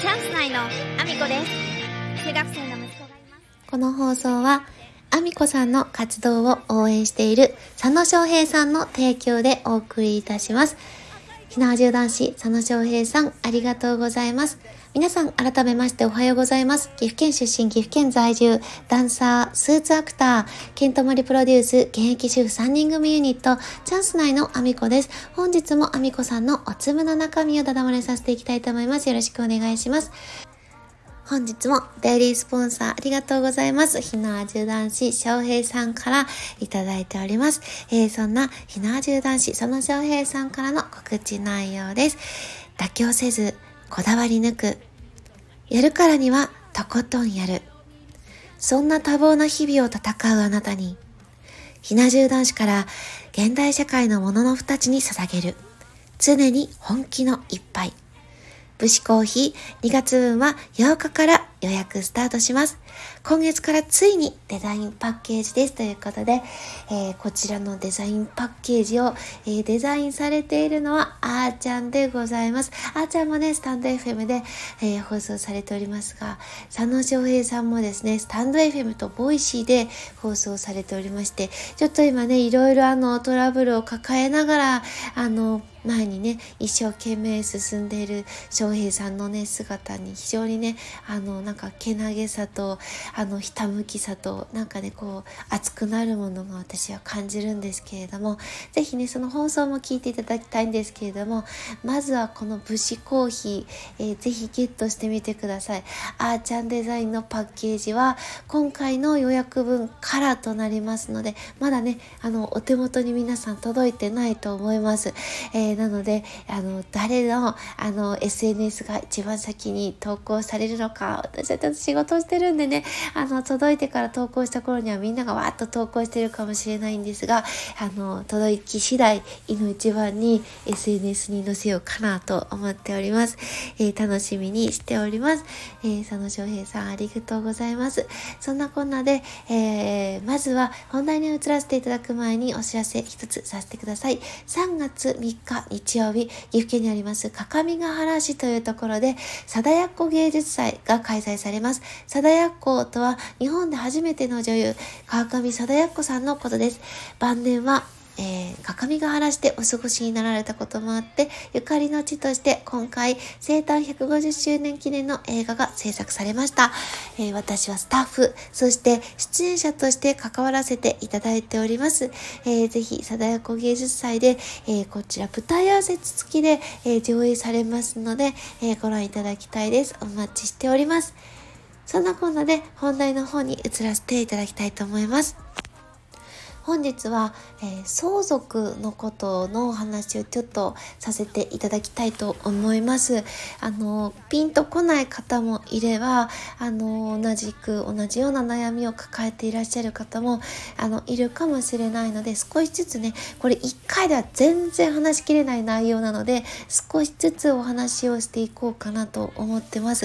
チャンス内のアミコです。中学生の息子がいます。 この放送はアミコさんの活動を応援している佐野翔平さんの提供でお送りいたします。火縄銃男子佐野翔平さん、ありがとうございます。皆さん改めましておはようございます。岐阜県出身、岐阜県在住、ダンサー、スーツアクター、ケントモリプロデュース、現役主婦3人組ユニット、チャンス内のアミコです。本日もアミコさんのお粒の中身をだだ漏れさせていきたいと思います。よろしくお願いします。本日もデイリースポンサーありがとうございます。火縄銃男子翔平さんからいただいております。そんな火縄銃男子佐野翔平さんからの告知内容です。妥協せずこだわり抜く、やるからにはとことんやる。そんな多忙な日々を戦うあなたに、火縄銃男子から現代社会のもののふたちに捧げる常に本気の一杯。武士コーヒー2月分は8日から予約スタートします。今月からついにデザインパッケージですということで、こちらのデザインパッケージを、デザインされているのはあーちゃんでございます。あーちゃんもね、スタンド FM で、放送されておりますが、佐野翔平さんもですね、スタンド FM とボイシーで放送されておりまして、ちょっと今ね、いろいろトラブルを抱えながら、前にね、一生懸命進んでいる翔平さんのね、姿に非常にね、なんかけなげさと、ひたむきさと、なんかね、こう、熱くなるものが私は感じるんですけれども、ぜひね、その放送も聞いていただきたいんですけれども、まずはこの武士コーヒー、ぜひゲットしてみてください。あーちゃんデザインのパッケージは、今回の予約分からとなりますので、まだね、お手元に皆さん届いてないと思います。なので、誰の、SNS が一番先に投稿されるのか、私はちょっと仕事をしてるんでね、届いてから投稿した頃にはみんながわーっと投稿してるかもしれないんですが、届き次第、いの一番に SNS に載せようかなと思っております。楽しみにしております。佐野翔平さん、ありがとうございます。そんなこんなで、まずは本題に移らせていただく前にお知らせ一つさせてください。3月3日日曜日、岐阜県にあります各務原市というところで貞奴芸術祭が開催されます。貞奴とは日本で初めての女優、川上貞奴さんのことです。晩年は各務原市でお過ごしになられたこともあって、ゆかりの地として今回生誕150周年記念の映画が制作されました。私はスタッフ、そして出演者として関わらせていただいております。ぜひ貞奴芸術祭で、こちら舞台挨拶付きで、上映されますので、ご覧いただきたいです。お待ちしております。そんなこんなで本題の方に移らせていただきたいと思います。本日は、相続のことのお話をちょっとさせていただきたいと思います。ピンとこない方もいれば、同じような悩みを抱えていらっしゃる方もいるかもしれないので、少しずつね、これ1回では全然話しきれない内容なので、少しずつお話をしていこうかなと思ってます。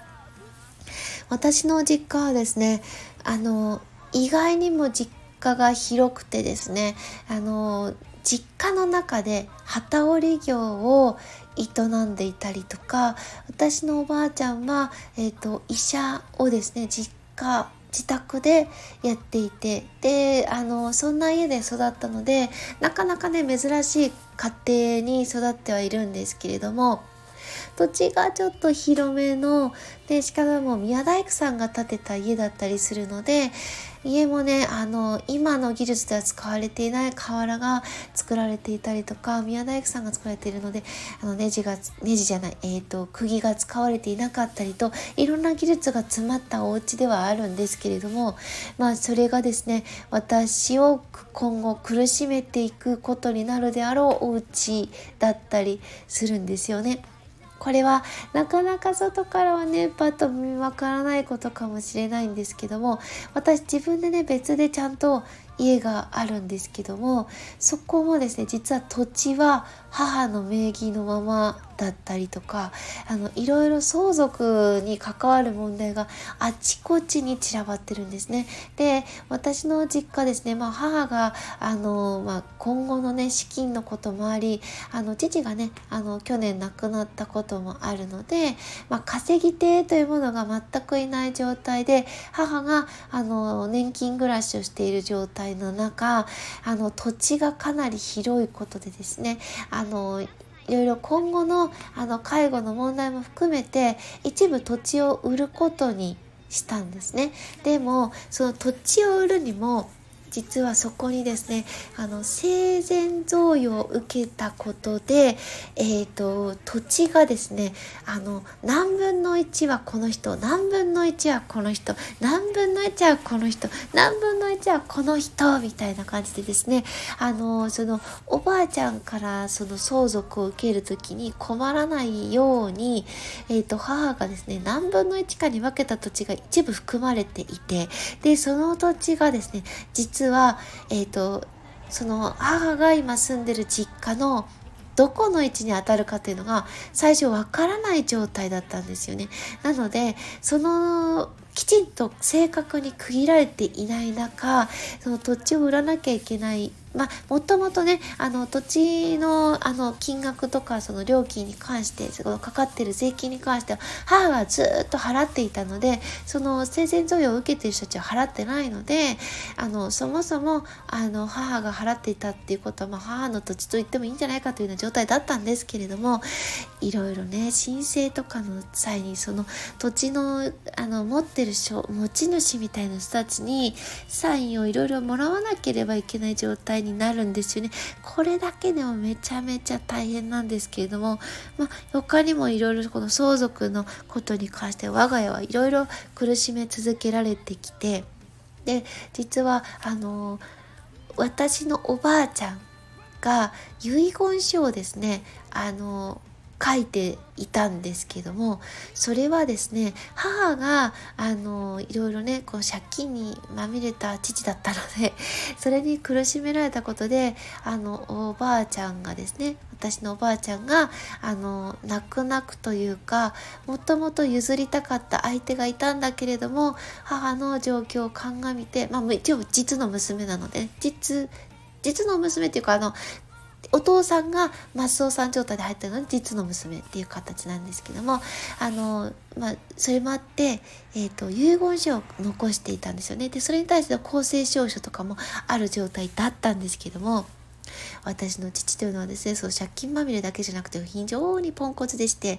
私の実家はですね、意外にも実家が広くてですね、実家の中で機織り業を営んでいたりとか、私のおばあちゃんは、医者をですね、自宅でやっていて、で、そんな家で育ったので、なかなかね、珍しい家庭に育ってはいるんですけれども、土地がちょっと広めので、しかも宮大工さんが建てた家だったりするので、家もね、今の技術では使われていない瓦が作られていたりとか、宮大工さんが作られているので、釘が使われていなかったりと、いろんな技術が詰まったお家ではあるんですけれども、それがですね、私を今後苦しめていくことになるであろうお家だったりするんですよね。これはなかなか外からはね、パッと見わからないことかもしれないんですけども、私自分でね、別でちゃんと家があるんですけども、そこもですね、実は土地は母の名義のままだったりとか、いろいろ相続に関わる問題があちこちに散らばってるんですね。で、私の実家ですね、母が今後のね資金のこともあり、父がね去年亡くなったこともあるので、稼ぎ手というものが全くいない状態で、母が年金暮らしをしている状態の中、土地がかなり広いことでですね、いろいろ今後の介護の問題も含めて一部土地を売ることにしたんですね。でもその土地を売るにも実はそこにですね、生前贈与を受けたことで、土地がですね、何分の1はこの人、何分の1はこの人、何分の1はこの人、何分の1はこの人みたいな感じでですね、そのおばあちゃんからその相続を受けるときに困らないように、母がですね、何分の1かに分けた土地が一部含まれていて、で、その土地がですね、実は、その母が今住んでる実家のどこの位置に当たるかというのが最初わからない状態だったんですよね。なのでそのきちんと正確に区切られていない中、その土地を売らなきゃいけない、もともとね土地の金額とかその料金に関して、そのかかっている税金に関しては母がずっと払っていたので、その生前贈与を受けている人たちは払ってないので、そもそも母が払っていたっていうことは、母の土地と言ってもいいんじゃないかというような状態だったんですけれども、いろいろね申請とかの際にその土地の持ってる持ち主みたいな人たちにサインをいろいろもらわなければいけない状態になるんですよね。これだけでもめちゃめちゃ大変なんですけれども、他にもいろいろこの相続のことに関して我が家はいろいろ苦しめ続けられてきて、で実は私のおばあちゃんが遺言書をですね書いていたんですけども、それはですね、母がいろいろね借金にまみれた父だったので、それに苦しめられたことでおばあちゃんがですね、私のおばあちゃんが泣く泣くというか、もともと譲りたかった相手がいたんだけれども、母の状況を鑑みて、一応実の娘なので、実の娘っていうかお父さんがマスオさん状態で入ってるので実の娘っていう形なんですけども、それもあって、遺言書を残していたんですよね。でそれに対しての公正証書とかもある状態だったんですけども、私の父というのはですね、そう借金まみれだけじゃなくて非常にポンコツでして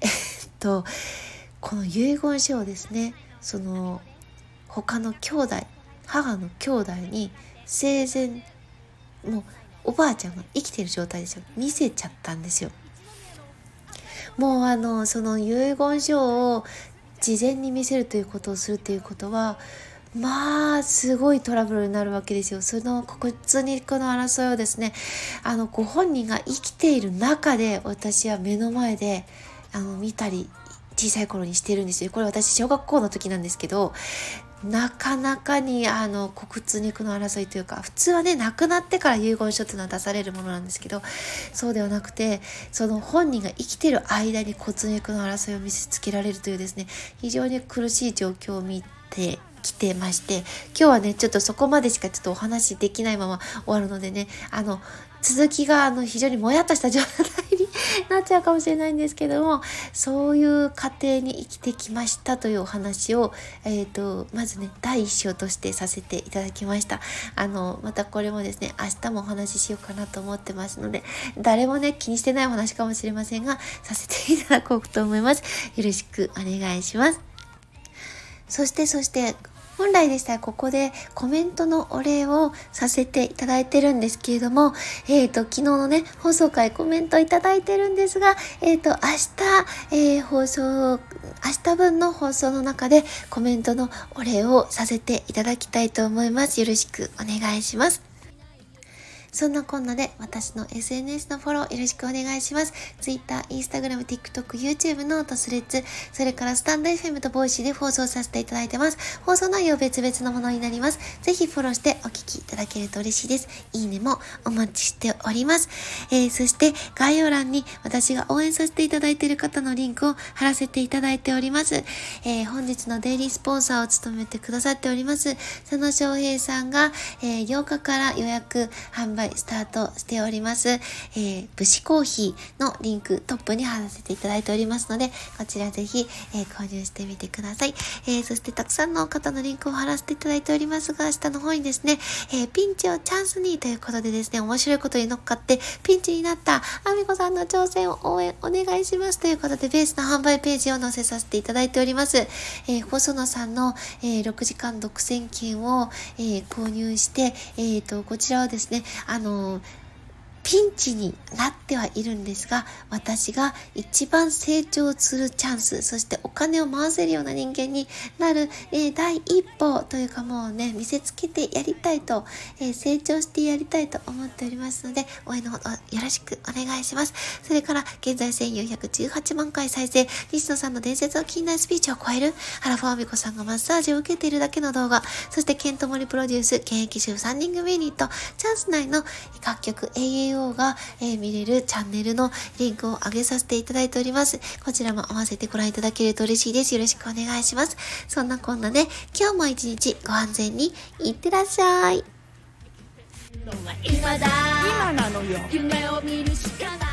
この遺言書をですね、その他の母の兄弟に生前もうおばあちゃんが生きている状態ですよ、見せちゃったんですよ。もうその遺言書を事前に見せるということをするということはすごいトラブルになるわけですよ。その骨肉の争いをですね、ご本人が生きている中で私は目の前で見たり小さい頃にしてるんですよ。これ私小学校の時なんですけど、なかなかに骨肉の争いというか、普通はね亡くなってから遺言書というのは出されるものなんですけど、そうではなくてその本人が生きている間に骨肉の争いを見せつけられるというですね、非常に苦しい状況を見てきてまして、今日はねちょっとそこまでしかちょっとお話できないまま終わるのでね、続きが非常にもやっとした状態になっちゃうかもしれないんですけども、そういう過程に生きてきましたというお話を、まずね第一章としてさせていただきました。またこれもですね明日もお話ししようかなと思ってますので、誰もね気にしてないお話かもしれませんがさせていただこうと思います。よろしくお願いします。そして本来でしたらここでコメントのお礼をさせていただいてるんですけれども、昨日のね放送回コメントいただいてるんですが、明日分の放送の中でコメントのお礼をさせていただきたいと思います。よろしくお願いします。 そんなこんなで私の SNS のフォローよろしくお願いします。Twitter、Instagram、TikTok、YouTube、ノート、スレッズ、それからスタンド FM とボイシーで放送させていただいてます。放送内容別々のものになります。ぜひフォローしてお聞きいただけると嬉しいです。いいねもお待ちしております。そして概要欄に私が応援させていただいている方のリンクを貼らせていただいております。本日のデイリースポンサーを務めてくださっております佐野翔平さんが、8日から予約販売スタートしております、武士コーヒーのリンクトップに貼らせていただいておりますので、こちらぜひ、購入してみてください。そしてたくさんの方のリンクを貼らせていただいておりますが、下の方にですね、ピンチをチャンスにということでですね、面白いことに乗っかってピンチになったあみこさんの挑戦を応援お願いしますということで、ベースの販売ページを載せさせていただいております。細野さんの、6時間独占券を、購入して、こちらはですね、ピンチになってはいるんですが、私が一番成長するチャンス、そしてお金を回せるような人間になる、第一歩というか、もうね、見せつけてやりたいと、成長してやりたいと思っておりますので、応援のほどよろしくお願いします。それから現在1418万回再生、西野さんの伝説の近代スピーチを超える原ファーミコさんがマッサージを受けているだけの動画、そしてケントモリプロデュース現役主婦3人組ユニットチャンス内の楽曲 AAOが、見れるチャンネルのリンクを上げさせていただいております。こちらも合わせてご覧いただけると嬉しいです。よろしくお願いします。そんなこんなで今日も一日ご安全にいってらっしゃい。 今なのよ。夢を見るしかない。